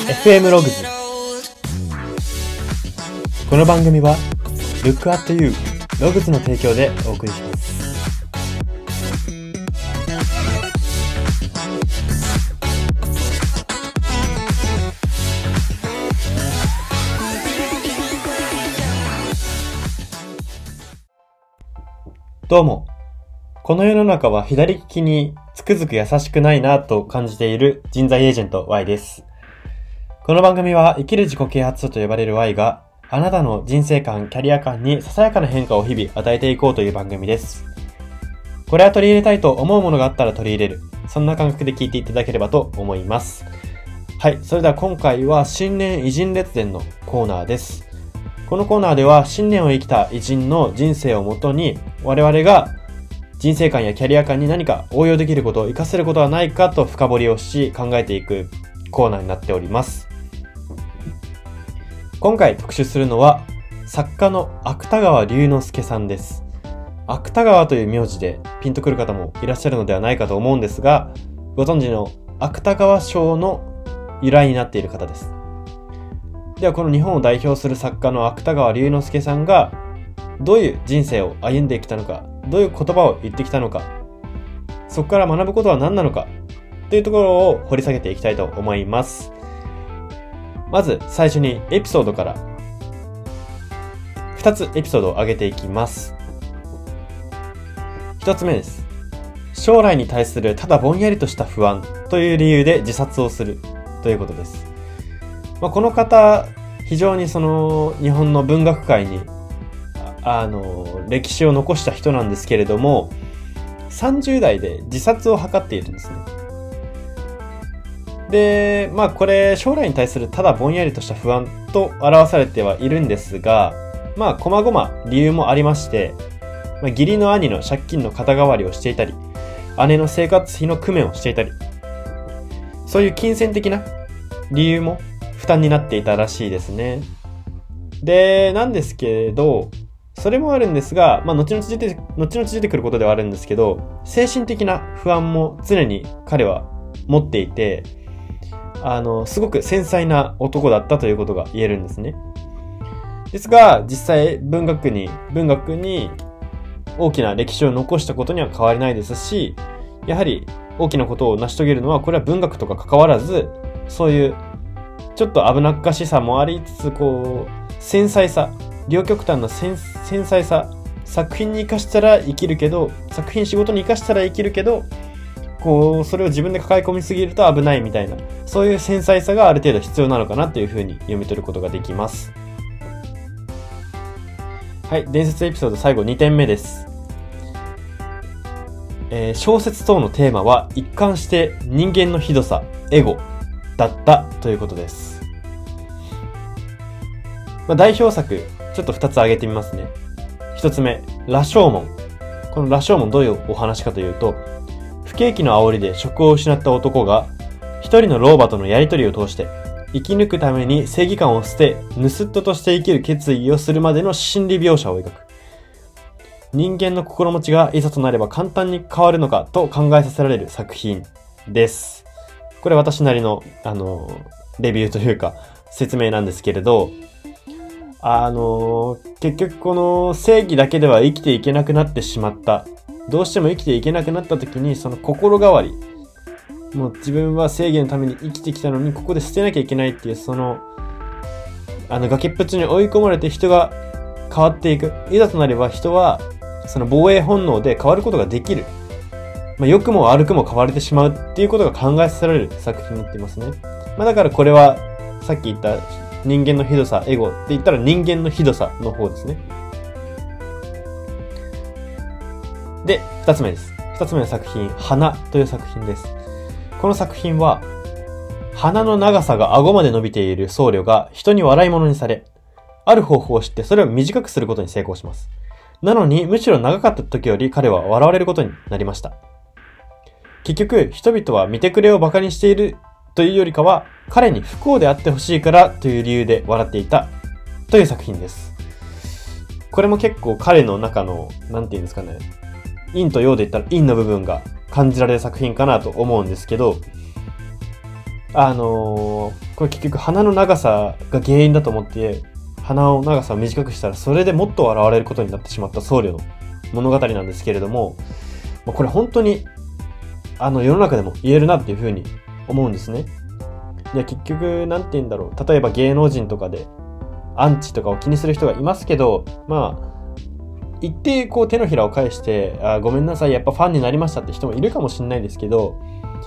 FM ログズ。この番組は Look at You ログズの提供でお送りします。どうも。この世の中は左利きにつくづく優しくないなと感じている人材エージェント Y です。この番組は生きる自己啓発書と呼ばれる Y があなたの人生観、キャリア観にささやかな変化を日々与えていこうという番組です。これは取り入れたいと思うものがあったら取り入れる。そんな感覚で聞いていただければと思います。はい、それでは今回は新年偉人列伝のコーナーです。このコーナーでは新年を生きた偉人の人生をもとに我々が人生観やキャリア観に何か応用できることを活かせることはないかと深掘りをし考えていくコーナーになっております。今回特集するのは作家の芥川龍之介さんです。芥川という名字でピンとくる方もいらっしゃるのではないかと思うんですが、ご存知の芥川賞の由来になっている方です。ではこの日本を代表する作家の芥川龍之介さんがどういう人生を歩んできたのか、どういう言葉を言ってきたのか、そこから学ぶことは何なのかというところを掘り下げていきたいと思います。まず最初にエピソードから2つエピソードを挙げていきます。1つ目です。将来に対するただぼんやりとした不安という理由で自殺をするということです。この方非常に日本の文学界に歴史を残した人なんですけれども、30代で自殺を図っているんですね。で、これ将来に対するただぼんやりとした不安と表されてはいるんですが、細々理由もありまして、義理の兄の借金の肩代わりをしていたり、姉の生活費の工面をしていたり、そういう金銭的な理由も負担になっていたらしいですね。で、なんですけど、それもあるんですが、後々出てくることではあるんですけど、精神的な不安も常に彼は持っていて、すごく繊細な男だったということが言えるんですね。ですが、実際文学に大きな歴史を残したことには変わりないですし、やはり大きなことを成し遂げるのは、これは文学とか関わらず、そういうちょっと危なっかしさもありつつ、繊細さ、両極端な繊細さ、作品に生かしたら生きるけど、仕事に生かしたら生きるけど、それを自分で抱え込みすぎると危ないみたいな、そういう繊細さがある程度必要なのかなというふうに読み取ることができます。はい、伝説エピソード最後2点目です。小説等のテーマは一貫して人間のひどさ、エゴだったということです。代表作ちょっと2つ挙げてみますね。1つ目、羅生門。この羅生門どういうお話かというと、不景気の煽りで職を失った男が一人の老婆とのやりとりを通して生き抜くために正義感を捨て盗人として生きる決意をするまでの心理描写を描く。人間の心持ちがいざとなれば簡単に変わるのかと考えさせられる作品です。これ私なりのレビューというか説明なんですけれど、結局この正義だけでは生きていけなくなってしまった。どうしても生きていけなくなった時に、その心変わり。もう自分は正義のために生きてきたのに、ここで捨てなきゃいけないっていう、崖っぷちに追い込まれて人が変わっていく。いざとなれば人は、その防衛本能で変わることができる。良くも悪くも変われてしまうっていうことが考えさせられる作品になっていますね。だからこれは、さっき言った人間のひどさ、エゴって言ったら人間のひどさの方ですね。で、二つ目です。二つ目の作品、花という作品です。この作品は、鼻の長さが顎まで伸びている僧侶が人に笑い物にされ、ある方法を知ってそれを短くすることに成功します。なのに、むしろ長かった時より彼は笑われることになりました。結局、人々は見てくれを馬鹿にしているというよりかは、彼に不幸であってほしいからという理由で笑っていたという作品です。これも結構彼の中の、なんていうんですかね、陰と陽で言ったら陰の部分が感じられる作品かなと思うんですけど、 これ結局鼻の長さが原因だと思って鼻の長さを短くしたらそれでもっと笑われることになってしまった僧侶の物語なんですけれども、これ本当に世の中でも言えるなっていうふうに思うんですね。いや結局なんて言うんだろう、例えば芸能人とかでアンチとかを気にする人がいますけど、一定こう手のひらを返してごめんなさいやっぱファンになりましたって人もいるかもしれないですけど、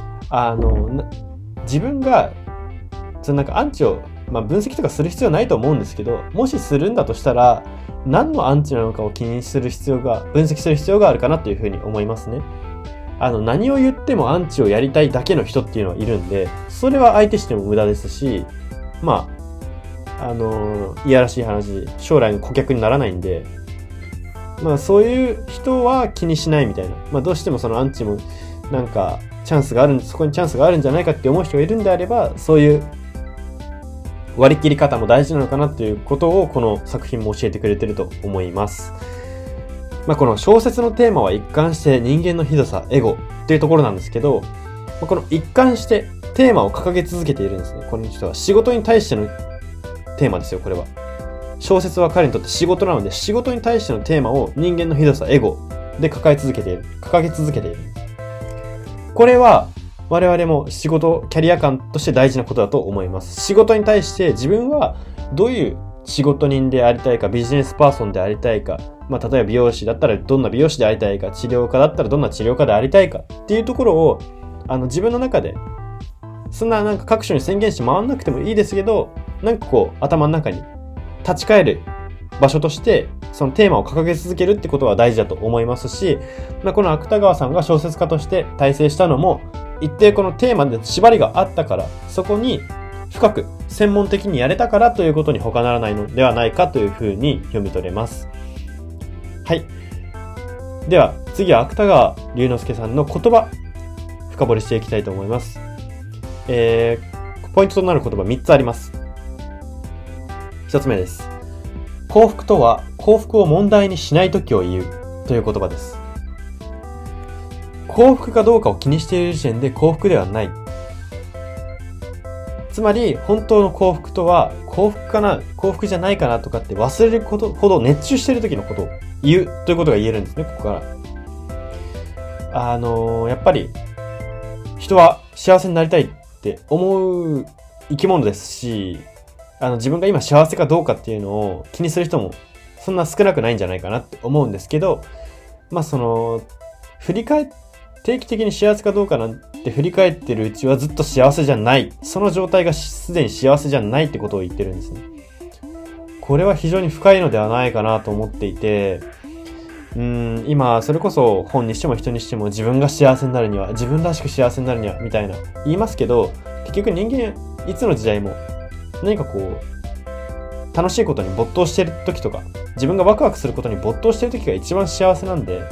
自分がそのなんかアンチを、分析とかする必要はないと思うんですけど、もしするんだとしたら何のアンチなのかを気にする必要が、分析する必要があるかなというふうに思いますね。何を言ってもアンチをやりたいだけの人っていうのはいるんで、それは相手しても無駄ですし、いやらしい話、将来の顧客にならないんで、そういう人は気にしないみたいな。どうしてもそのアンチもなんかそこにチャンスがあるんじゃないかって思う人がいるんであれば、そういう割り切り方も大事なのかなっていうことをこの作品も教えてくれてると思います。この小説のテーマは一貫して人間のひどさ、エゴっていうところなんですけど、この一貫してテーマを掲げ続けているんですね。この人は仕事に対してのテーマですよ、これは。小説は彼にとって仕事なので、仕事に対してのテーマを人間のひどさ、エゴで掲げ続けている。これは我々もキャリア感として大事なことだと思います。仕事に対して自分はどういう仕事人でありたいか、ビジネスパーソンでありたいか、例えば美容師だったらどんな美容師でありたいか、治療家だったらどんな治療家でありたいかっていうところを自分の中でそんななんか各所に宣言して回んなくてもいいですけど、なんかこう頭の中に立ち返る場所としてそのテーマを掲げ続けるってことは大事だと思いますし、この芥川さんが小説家として大成したのも一定このテーマで縛りがあったから、そこに深く専門的にやれたからということに他ならないのではないかというふうに読み取れます。はい。では次は芥川龍之介さんの言葉深掘りしていきたいと思います。ポイントとなる言葉3つあります。1つ目です。幸福とは幸福を問題にしないときを言うという言葉です。幸福かどうかを気にしている時点で幸福ではない。つまり本当の幸福とは幸福かな、幸福じゃないかなとかって忘れることほど熱中している時のことを言うということが言えるんですね、ここから。やっぱり人は幸せになりたいって思う生き物ですし、自分が今幸せかどうかっていうのを気にする人もそんな少なくないんじゃないかなって思うんですけど、定期的に幸せかどうかなんて振り返ってるうちはずっと幸せじゃない。その状態がすでに幸せじゃないってことを言ってるんですね。これは非常に深いのではないかなと思っていて、今それこそ本にしても人にしても自分が幸せになるには、自分らしく幸せになるにはみたいな言いますけど、結局人間いつの時代も何かこう楽しいことに没頭してる時とか、自分がワクワクすることに没頭してる時が一番幸せなんで、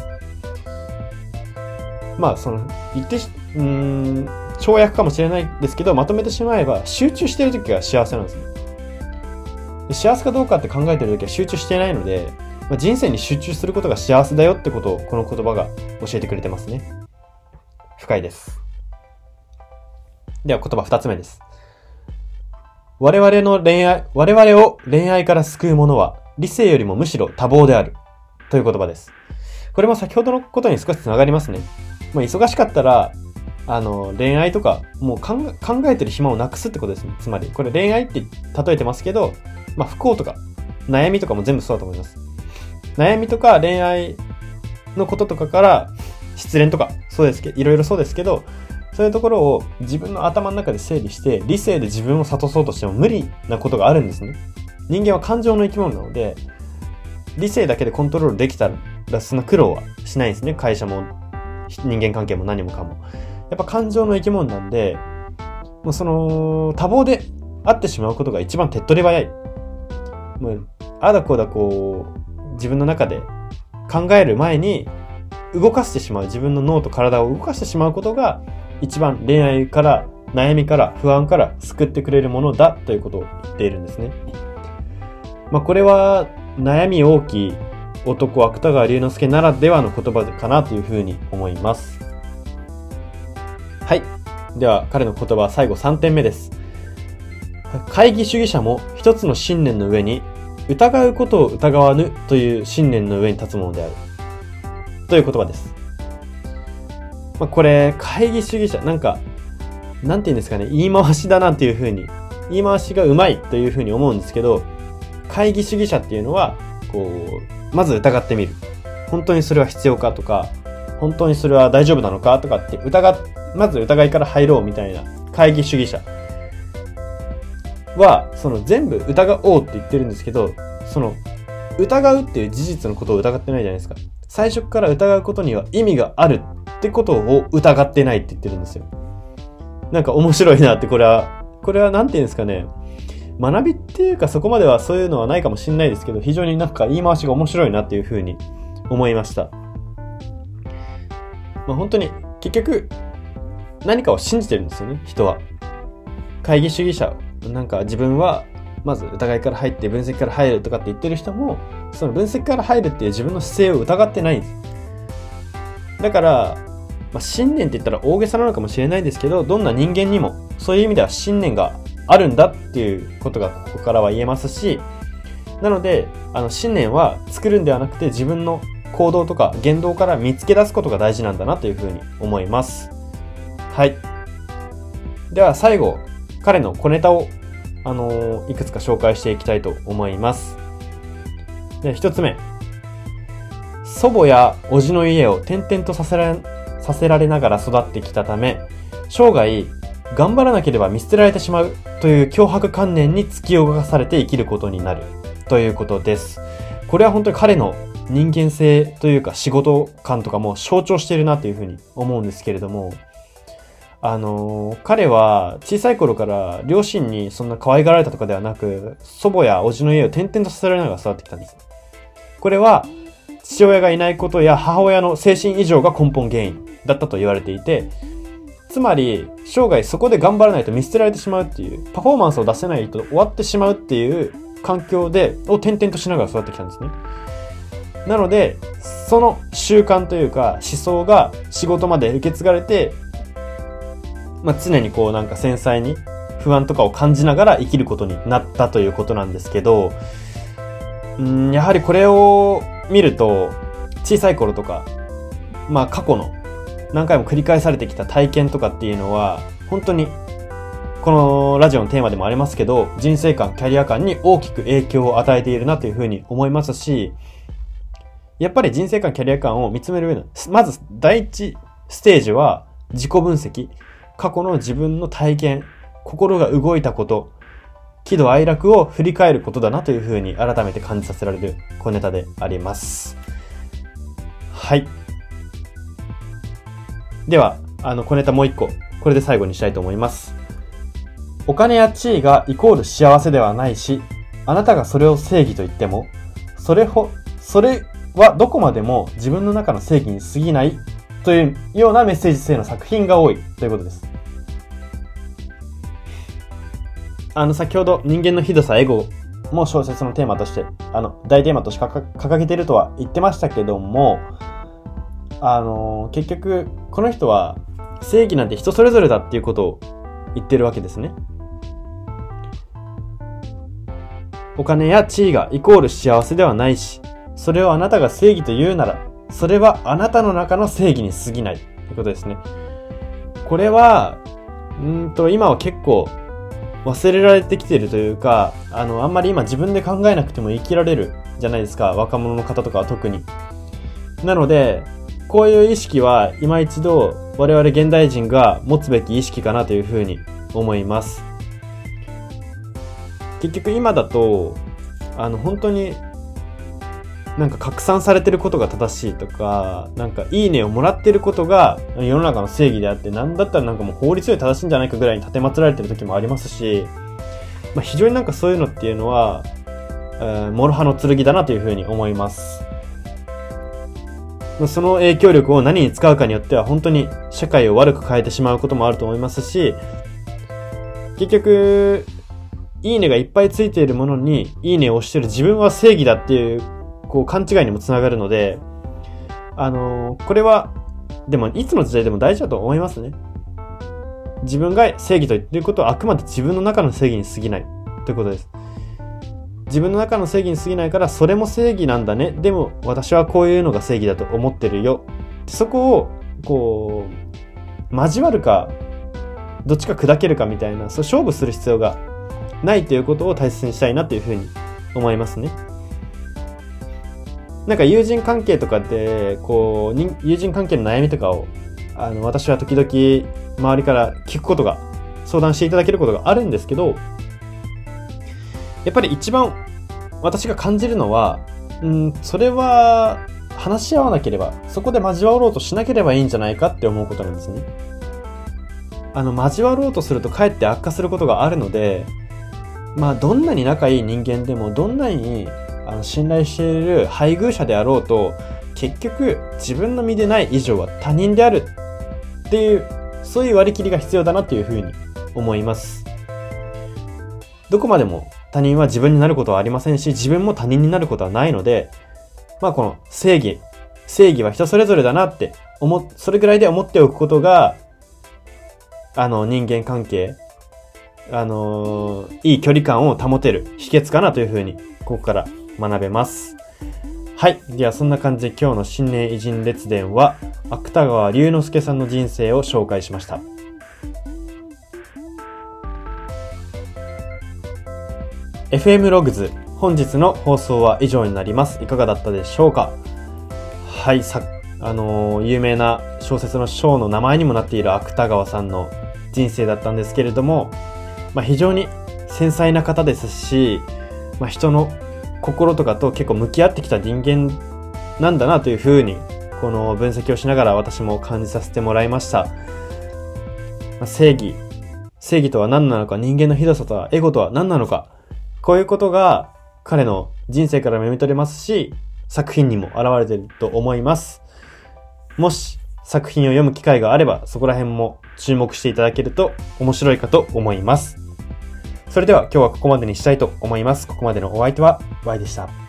言って跳躍かもしれないですけど、まとめてしまえば集中してる時が幸せなんですね。幸せかどうかって考えてる時は集中していないので、人生に集中することが幸せだよってことをこの言葉が教えてくれてますね。深いです。では言葉2つ目です。我々を恋愛から救うものは理性よりもむしろ多忙であるという言葉です。これも先ほどのことに少しつながりますね。忙しかったら恋愛とかもう考えてる暇をなくすってことですね。つまりこれ恋愛って例えてますけど、不幸とか悩みとかも全部そうだと思います。悩みとか恋愛のこととかから失恋とかそうですけど、いろいろそうですけど、そういうところを自分の頭の中で整理して理性で自分を諭そうとしても無理なことがあるんですね。人間は感情の生き物なので、理性だけでコントロールできたらそんな苦労はしないんですね。会社も人間関係も何もかも。やっぱ感情の生き物なんで、もうその多忙であってしまうことが一番手っ取り早い。もうあだこだこう自分の中で考える前に動かしてしまう、自分の脳と体を動かしてしまうことが一番恋愛から悩みから不安から救ってくれるものだということを言っているんですね。これは悩み大きい男芥川龍之介ならではの言葉かなというふうに思います。はい。 では彼の言葉は最後3点目です。懐疑主義者も一つの信念の上に疑うことを疑わぬという信念の上に立つものであるという言葉です。これ懐疑主義者なんて言うんですかね、言い回しだなっていう風に、言い回しがうまいという風に思うんですけど、懐疑主義者っていうのはまず疑ってみる。本当にそれは必要かとか、本当にそれは大丈夫なのかとかってまず疑いから入ろうみたいな懐疑主義者は、全部疑おうって言ってるんですけど、疑うっていう事実のことを疑ってないじゃないですか。最初から疑うことには意味があるってことを疑ってないって言ってるんですよ。面白いなって、これはなんて言うんですかね。学びっていうかそこまではそういうのはないかもしれないですけど、非常に言い回しが面白いなっていうふうに思いました。本当に結局何かを信じてるんですよね、人は。懐疑主義者、自分はまず疑いから入って分析から入るとかって言ってる人も、その分析から入るっていう自分の姿勢を疑ってないんです。だから、信念って言ったら大げさなのかもしれないですけど、どんな人間にもそういう意味では信念があるんだっていうことがここからは言えますし、なので信念は作るんではなくて、自分の行動とか言動から見つけ出すことが大事なんだなというふうに思います。はい。では最後、彼の小ネタをいくつか紹介していきたいと思います。で、一つ目。祖母や叔父の家を転々とさせられながら育ってきたため、生涯頑張らなければ見捨てられてしまうという強迫観念に突き動かされて生きることになるということです。これは本当に彼の人間性というか仕事感とかも象徴しているなというふうに思うんですけれども、彼は小さい頃から両親にそんな可愛がられたとかではなく、祖母や叔父の家を転々とさせられながら育ってきたんです。これは父親がいないことや母親の精神異常が根本原因だったと言われていて、つまり生涯そこで頑張らないと見捨てられてしまうっていう、パフォーマンスを出せないと終わってしまうっていう環境を転々としながら育ってきたんですね。なのでその習慣というか思想が仕事まで受け継がれて、常に繊細に不安とかを感じながら生きることになったということなんですけど、やはりこれを見ると、小さい頃とか過去の何回も繰り返されてきた体験とかっていうのは、本当にこのラジオのテーマでもありますけど、人生観、キャリア観に大きく影響を与えているなというふうに思いますし、やっぱり人生観、キャリア観を見つめる上のまず第一ステージは自己分析。過去の自分の体験、心が動いたこと、喜怒哀楽を振り返ることだなというふうに改めて感じさせられる小ネタであります。はい。では、小ネタもう一個、これで最後にしたいと思います。お金や地位がイコール幸せではないし、あなたがそれを正義と言っても、それはどこまでも自分の中の正義に過ぎないというようなメッセージ性の作品が多いということです。先ほど人間のひどさ、エゴも小説のテーマとして、大テーマとして掲げているとは言ってましたけども、結局、この人は正義なんて人それぞれだっていうことを言ってるわけですね。お金や地位がイコール幸せではないし、それをあなたが正義と言うなら、それはあなたの中の正義に過ぎないということですね。これは、今は結構忘れられてきているというか、あんまり今自分で考えなくても生きられるじゃないですか。若者の方とかは特に。なので、こういう意識は今一度我々現代人が持つべき意識かなというふうに思います。結局今だと、本当に拡散されてることが正しいとか、いいねをもらってることが世の中の正義であって、なんだったらもう法律より正しいんじゃないかぐらいに立てまつられてる時もありますし、非常にそういうのっていうのは、諸刃の剣だなというふうに思います。その影響力を何に使うかによっては本当に社会を悪く変えてしまうこともあると思いますし、結局、いいねがいっぱいついているものにいいねを押してる自分は正義だっていう勘違いにもつながるので、これはでもいつの時代でも大事だと思いますね。 自分が正義と言っていることはあくまで自分の中の正義に過ぎないということです。自分の中の正義に過ぎないからそれも正義なんだね。でも私はこういうのが正義だと思ってるよ。そこをこう交わるかどっちか砕けるかみたいな、そう勝負する必要がないということを大切にしたいなというふうに思いますね。なんか友人関係とかでこう友人関係の悩みとかを私は時々周りから聞くことが、相談していただけることがあるんですけど、やっぱり一番私が感じるのは、それは話し合わなければ、そこで交わろうとしなければいいんじゃないかって思うことなんですね。交わろうとするとかえって悪化することがあるので、どんなに仲いい人間でも、どんなに信頼している配偶者であろうと、結局自分の身でない以上は他人であるっていう、そういう割り切りが必要だなというふうに思います。どこまでも他人は自分になることはありませんし、自分も他人になることはないので、この正義は人それぞれだなってそれぐらいで思っておくことが、人間関係、いい距離感を保てる秘訣かなというふうに、ここから学べます。はい。では、そんな感じで今日の新年偉人列伝は、芥川龍之介さんの人生を紹介しました。FM ログズ、本日の放送は以上になります。いかがだったでしょうか？はい。有名な小説の章の名前にもなっている芥川さんの人生だったんですけれども、非常に繊細な方ですし、人の心とかと結構向き合ってきた人間なんだなというふうに、この分析をしながら私も感じさせてもらいました。正義とは何なのか、人間のひどさとはエゴとは何なのか、こういうことが彼の人生から読み取れますし、作品にも現れていると思います。もし作品を読む機会があれば、そこら辺も注目していただけると面白いかと思います。それでは今日はここまでにしたいと思います。ここまでのお相手は Y でした。